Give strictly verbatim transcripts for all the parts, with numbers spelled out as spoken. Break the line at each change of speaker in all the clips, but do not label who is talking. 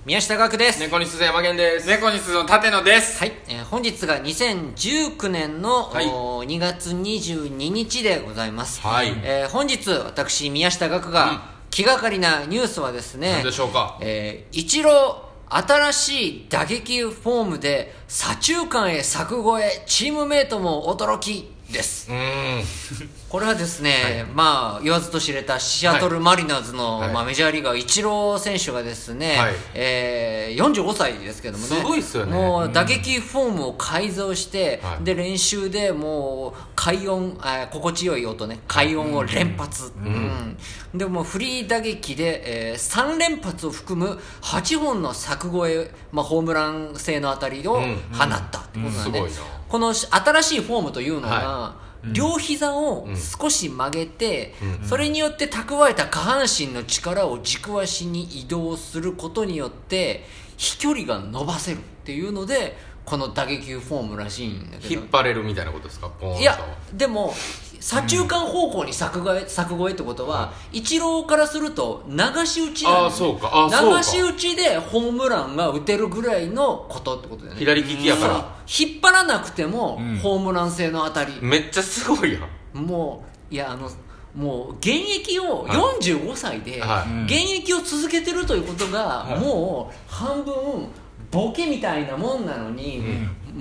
宮下岳です。
猫にすず山源です。
猫にすずの立野です。
はい、えー、本日がにせんじゅうきゅうねんの、はい、にがつにじゅうににちでございます。
はい、
えー、本日私宮下岳が、うん、気がかりなニュースはですね、
何でしょうか。
えー、イチロー新しい打撃フォームで左中間へ柵越え、チームメイトも驚きです。
うーん
これはですね、はい、まあ言わずと知れたシアトルマリナーズの、はい、まあ、メジャーリーガーイチロー選手がですね、はい、えー、よんじゅうごさいですけどもね、
すごいっすよね。
もう打撃フォームを改造して、
うん、
で練習でもう快音、あ、心地よい音ね、快音を連発、うんうんうん、でもフリー打撃で、えー、さんれんぱつを含むはっぽんの柵越え、まあ、ホームラン性の当たりを放ったってことなんで、うんうん、この新しいフォームというのが、はい、両膝を少し曲げて、うん、それによって蓄えた下半身の力を軸足に移動することによって飛距離が伸ばせるっていうので、この打撃フォームらしいんだけど、
引っ張れるみたいなことですか。ポーンと。
いやでも左中間方向に柵越え、柵越えってことは、イチローからすると流し打ちなんです、ね、
あ、そうか。あ、そうか。
流し打ちでホームランが打てるぐらいのことってことだよね。
左利きやから
引っ張らなくてもホームラン性の当たり、
うん、めっちゃすごいやん。
もういやあのもう現役をよんじゅうごさいで現役を続けてるということがもう半分ボケみたいなもんなのに、うん、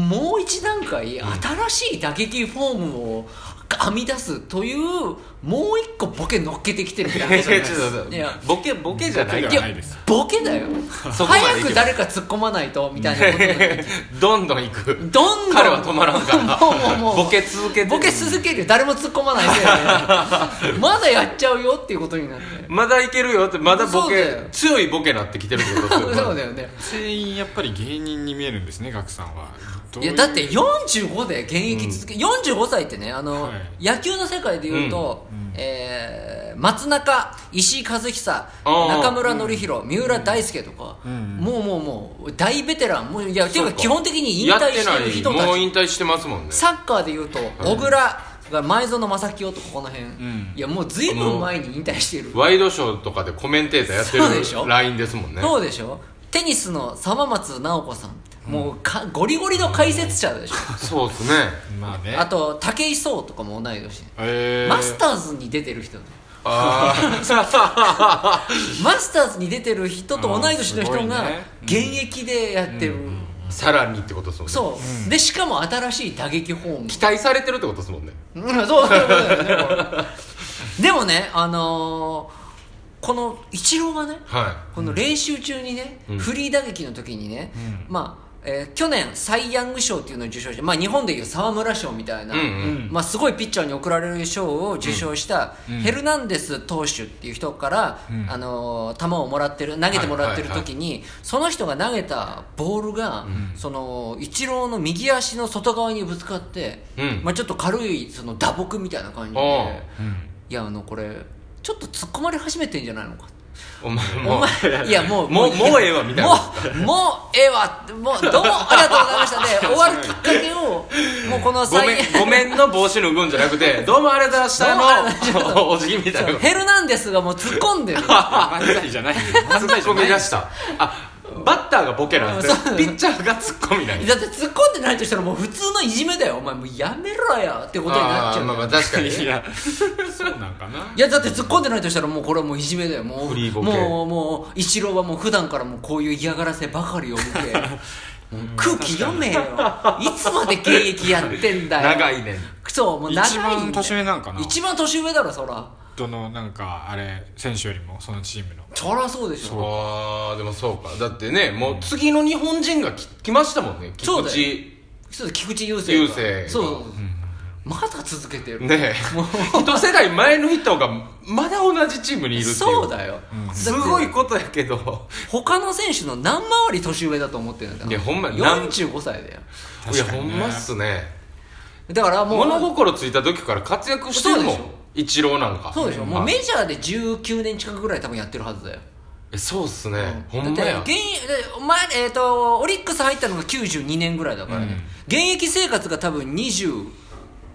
もう一段階新しい打撃フォームを編み出すというもう一個ボケ乗っけてきてるみたいな。
いやボケボケじゃないから。いや
ボケだよ。早く誰か突っ込まないとみたいなことで
どんどん行く。
どんどん
彼は止まらんからもうもうボケ続けて
ボケ続けるよ。誰も突っ込まないで、ね、まだやっちゃうよっていうことになって、
まだいけるよって、まだボケ強いボケなってきてるってことですよ。
そうだよね。
全員やっぱり芸人に見えるんですね、ガクさんは。
いやだってよんじゅうごで現役続け、うん、よんじゅうごさいってね、あの、はい、野球の世界でいうと、うん、えー、松中、石井一久、中村紀弘、うん、三浦大輔とか、うん、もうもうもう大ベテラン、もういやていうか基本的に引退してる人たち、
もう引退してますもんね。
サッカーでいうと小倉が前園正清とかこの辺、うん、いやもうずいぶん前に引退している。
ワイドショーとかでコメンテーターやってるラインですもんね。
そうでしょ。テニスの沢松直子さん、もうかゴリゴリの解説者でしょ。
そうですね。
まあね。あと武井壮とかも同い年、えー、マスターズに出てる人。
あ
マスターズに出てる人と同い年の人が現役でやってる、うんうん、
さらにってことですもんね。
そう、うん、でしかも新しい打撃フォーム
期待されてるってことですもんね。
うん、そうそうそうでもね、あのーこのイチローがね、はい、この練習中にね、うん、フリー打撃の時にね、うん、まあえー、去年サイ・ヤング賞っていうのを受賞して、まあ、日本でいう沢村賞みたいな、うんうん、まあ、すごいピッチャーに贈られる賞を受賞したヘルナンデス投手っていう人から、うん、あのー、球をもらってる投げてもらってる時に、はいはいはい、その人が投げたボールが、うん、そのイチローの右足の外側にぶつかって、うん、まあ、ちょっと軽いその打撲みたいな感じで、うん、いやあのこれちょっと突っ込まれ始めてんじゃないのか。
お前もうお
前いやもう
もうもうええわみたいな。も
うもうええわ、もうどうもありがとうございましたで終わるきっかけをもうこの
ごめんごめんの帽子脱ぐんじゃなくてどうもありがとうございましたのお辞儀みたいな。
ヘルナンデスがもう突っ込んでる。
漫才じゃない。
突っ込み出した。あ、バッターがボケなんですね。ピッチャーがツッコミなんです。
だって突っ込んでないとしたらもう普通のいじめだよ。お前もうやめろやってことになっちゃう。
あ、まあまあ確かに。いや
そうなんかな。
いやだって突っ込んでないとしたらもうこれはもういじめだよ。もう
フリーボケ。
もうもうイチローはもう普段からもうこういう嫌がらせばかりを見て空気読めよ。いつまで現役やってんだよ。
長いねん。
そうもう長い。
一番年上なんかな。
一番年上だろそら。
どのなんかあれ選手よりもそのチームの。
そりゃそうでしょ。
ああでもそうか。だってね、もう次の日本人が 来, 来ましたもんね。菊池。
そうだよ。菊池雄星。
雄星。
そう、うん、まだ続けてる
ねえ。もう一世代前の人がまだ同じチームにいるっていう。
そうだよ、
うん、すごいことやけど
他の選手の何回り年上だと思ってるんだ。
いやほんま
よんじゅうごさいだよ。
いやほんまっすね。
だからもう
物心ついた時から活躍してるもん。イチローなんか。
そうでしょ。もうメジャーでじゅうきゅうねん近くぐらい多分やってるはずだよ。
え、そうっすね、
うん、
ほんまや。
現前、えー、とオリックス入ったのがきゅうじゅうにねんぐらいだからね、うん、現役生活が多分にじゅう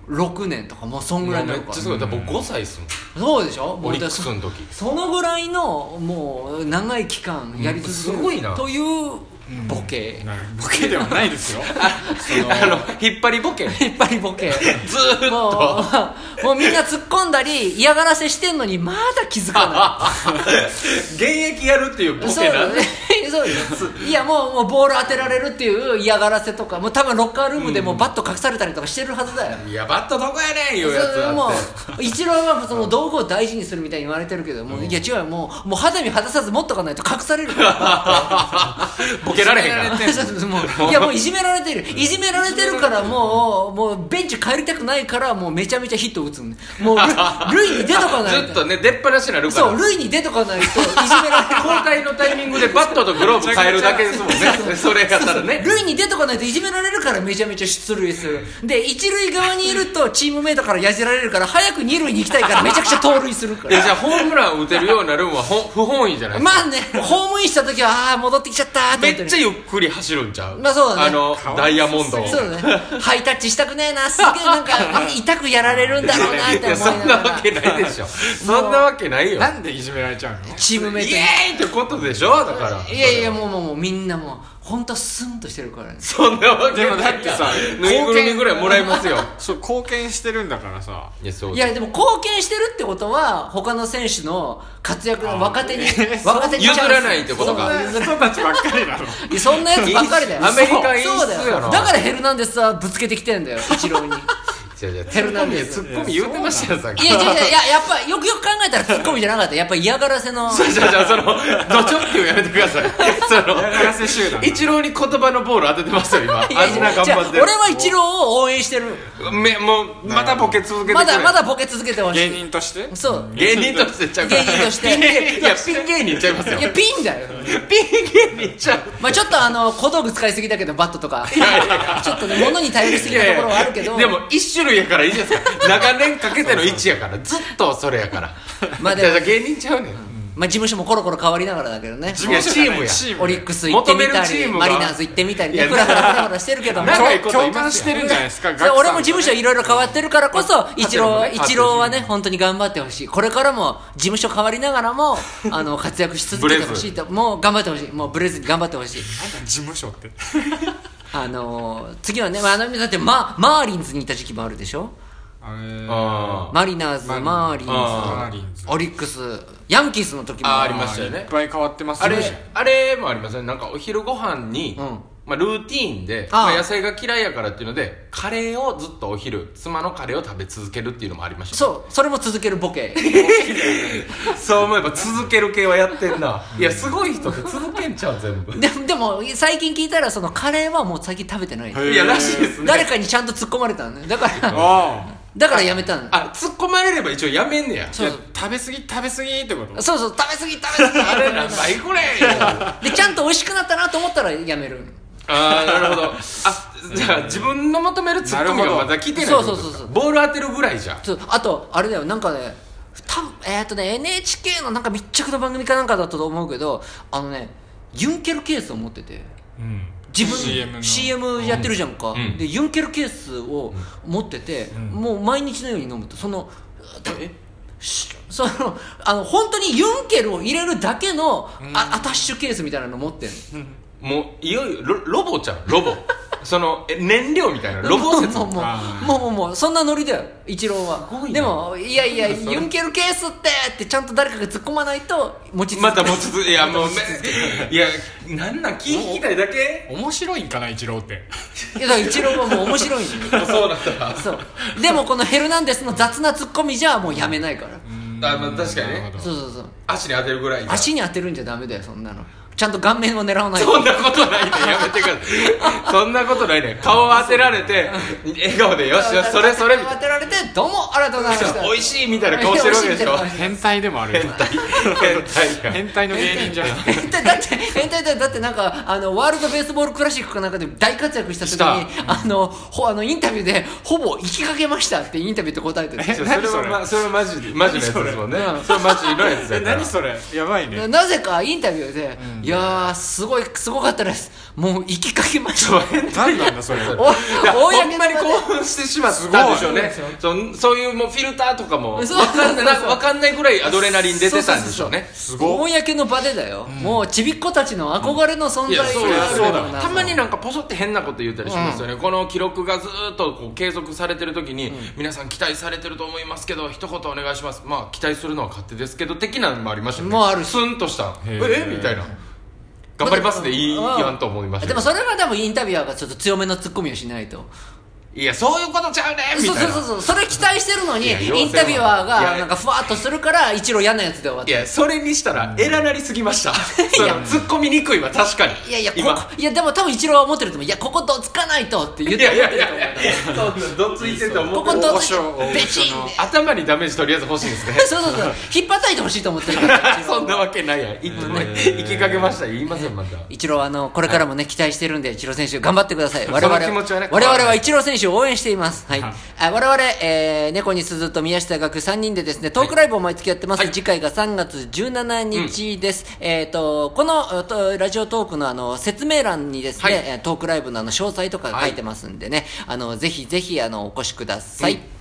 ろくねんとかもうそんぐらいになるから、
めっちゃすごい。だから僕ごさいっすもん、
そうでしょ、
オリックスの時。
そのぐらいのもう長い期間やり続ける、
うん、すごいなと
いうボケ、
うん、ボケではないですよ
あの引っ張りボケ
引っ張りボケず
ーっと
もう、もうみんな突っ込んだり嫌がらせしてんのにまだ気づかない
現役やるっていうボケなんで
そうですいやもう、もうボール当てられるっていう嫌がらせとか、もう多分ロッカールームでもうバット隠されたりとかしてるはずだよ、
いやバットどこやねんいうやつあって、
もうイチローはその道具を大事にするみたいに言われてるけど、もういや違うよ、もうもう肌身離さず持っとかないと隠されるから
ボケられへんから
もういやもういじめられてるいじめられてるからもうもうベンチ帰りたくないからもうめちゃめちゃヒット打つんで、もう塁に出とかないと
ずっとね出っ放しになるから、
そう塁に出とかないといじめられる
交代のタイミングでバットとグローブ変えるだけですもんねそれやったらね、
塁に出とかないといじめられるからめちゃめちゃ出塁するで、一塁側にいるとチームメイトからやじられるから早く二塁に行きたいからめちゃくちゃ盗塁するから
じゃあホームラン打てるようになるのは不本意じゃないですか。
まあね、ホームインした時はああ戻ってきちゃったーって
めっちゃゆっくり走るんちゃう、
まあそうだね、
あのダイヤモンドを
そうだね、ハイタッチしたくねえな、すげえなんか痛くやられるんだろうなって思いながら、
いやそんなわけないでしょそんなわけないよ、
なんでいじめられちゃうの、
チームメイトに
イエーイってことでしょ、だから
いやいやもうもうもうみんなもう本当スンとしてるからね、
そんなわけない。
でもだってさ
ぬいぐるみぐらいもらえますよ
そう貢献してるんだからさ、
いやそう
いやでも貢献してるってことは他の選手の活躍の若手に若手に
譲らないってことか、
そんな人たちばっかりなの
いやそんなやつばっかりだよ
アメリカ演出
そうだよ、
やな
だからヘルナンデスはぶつけてきてんだよイチローに
違う違う
ヘルナンデス
ツッコミ言うてましたよさっき。
いやいやいややっぱよくよく考えたらツッコミじゃなかった、やっぱ嫌がらせの
そうじゃじゃそのド直球やめてくださいその
嫌がらせ集団
イチローに言葉のボール当ててますよ今
いやいや
あんな頑張って
違う俺はイチローを応援してる、
めもうまたボケ続けてくれ
まだまだボケ続けてほしい、
芸人として
そう
芸人としてちゃうから
芸人として
ピンいやピン芸人ちゃいますよ
いやピンだよ
ピン芸人ちゃう
まあちょっとあの小道具使いすぎだけどバットとかちょっとね物に頼りすぎなところはあるけど、
いやいやでも一種類やからいいじゃないですか長年かけての位置やからずっとそれやから
まあでも
じゃあ芸人ちゃうねん、
まあ事務所もコロコロ変わりながらだけどね、
いやチームや
チーム
オリックス行ってみたり
求めるチームが
マリナーズ行ってみたり
いや
ねフラフラフラフラしてるけども
長いこと
共感してるんじゃないですか
それ俺も事務所いろいろ変わってるからこそイチロー、
ね
イチローはね本当に頑張ってほしい、これからも事務所変わりながらもあの活躍し続けてほしいと、もう頑張ってほしい、もうブレずに頑張ってほしい
事務所って
あのー、次はね、まあ、あのだってママーリンズにいた時期もあるでしょ、
あれ
あ
マリナーズ、
マリ
マーリンズ、
マーリンズ
オリックス、ヤンキースの時も
あーありましたよね
いっぱい変わってます
あれ
ね
あれもありますね、なんかお昼ご飯に、
うん
まあ、ルーティーンで
ああ
まあ、野菜が嫌いやからっていうのでカレーをずっとお昼妻のカレーを食べ続けるっていうのもありました
そう、それも続けるボケ
そう思えば続ける系はやってんな、いやすごい人って続けんちゃう全部
でもでも最近聞いたらそのカレーはもう最近食べてない、
へー
いやらしいですね
誰かにちゃんと突っ込まれたのね、だから
あ
だからやめたの、
あ突っ込まれれば一応やめんねや
そう
あ食べ過ぎ食べ過ぎってこと
そうそう、食べ過ぎ食べ過ぎ
あれ何倍これ
でちゃんと美味しくなったなと思ったらやめる、
ああなるほど、あじゃあ自分の求めるツッコミがまだ来てないってことですか、
そうそうそうそう
ボール当てるぐらいじゃ
そうあとあれだよ、なんかね多分えー、っとね エヌエイチケー のなんか密着の番組かなんかだったと思うけど、あのねユンケルケースを持ってて、
うん
自分
シーエム の
シーエム やってるじゃんか、
うん
でユンケルケースを持ってて、
ん
もう毎日のように飲むと、その
え
しそのあの本当にユンケルを入れるだけの、あアタッシュケースみたいなの持ってるの、
もういよいよロロボちゃんロボそのえ燃料みたいなロボ説
もうもう
あー
もうもうもうそんなノリだよイチローは
ごいな
でもいやいや
それ
ユンケルケースってってちゃんと誰かが突っ込まないと持ち続け
また持ちついやもうめいやなんなん聞きたいだけ
面白いんかなイチローって
いやだからイチローはもう面白いんだよ
そうだったら
そうでもこのヘルナンデスの雑なツッコミじゃもうやめないから
あ、まあ、確かにね
そうそうそう
足に当てるぐらいじゃ
足に当てるんじゃダメだよそんなのちゃんと顔面を狙わないと
そんなことないねやめてくださいそんなことないね顔を当てられて笑顔でよしよしそれそれみたい
当てられてどうもありがとうございました
な美味しいみたいな顔してるわけでしょ
美味しいみたいな顔して
変態でもあるよ
変態変態か
変態の芸人じゃん
だって引退だだってなんかあのワールドベースボールクラシックかなんかで大活躍した時にあのほあのインタビューでほぼ行きかけましたってインタビューって答えてる。
それは、ま、それはマジマジのやつですもんね。それはマジのやつだよ。
何それやばいね。
なぜかインタビューで、うん、いやーすごいすごかったです、もう行きかけました。
何なんだそれ。
ほんまに興奮してしまったんでしょうね。そ, そういうもうフィルターとかも分かんない、分かんないぐらいアドレナリン出てたんでしょうね。
すごい公の場でだよ、うん、もうちびっ子たちの憧れの存在があるような。
たまになんかポソって変なこと言ったりしますよね、うん、この記録がずっとこう継続されてる時に、うん、皆さん期待されてると思いますけど一言お願いします。まあ期待するのは勝手ですけど的なのもありましたよね。もうあるスンとしたええみたいな頑張りますでいいやんと思いました。
でもそれは多分インタビュアーがちょっと強めのツッコミをしないと。
いやそういうことちゃうねみたいな。
そうそうそう、それ期待してるのにインタビュアーがなんかふわっとするから一郎嫌なやつで終わって。
いやそれにしたらエラなりすぎました。いや突っ込みにくいわ確かに。
いやいやここいやでも多分一郎は思ってると思う。いやここどつかないとって言って思ってると思う。いやいやい
やどついてると思ってる。
ここどつベチン
頭にダメージとりあえず欲しいですね。
そうそうそう引っ叩いてほしいと思ってるから。
そんなわけないやん。行きかけました言いませんまた。
一郎あのこれからもね期待してるんで一郎選手頑張ってください。我々我々は一郎選手を応援しています。はい、あ我々、えー、猫に鈴と宮下学さんにんでですねトークライブを毎月やってます、はい、次回がさんがつじゅうしちにちです、うん、えー、とこのとラジオトークの、あの説明欄にですね、はい、トークライブのあの詳細とか書いてますんでね、はい、あのぜひぜひあのお越しください、うん。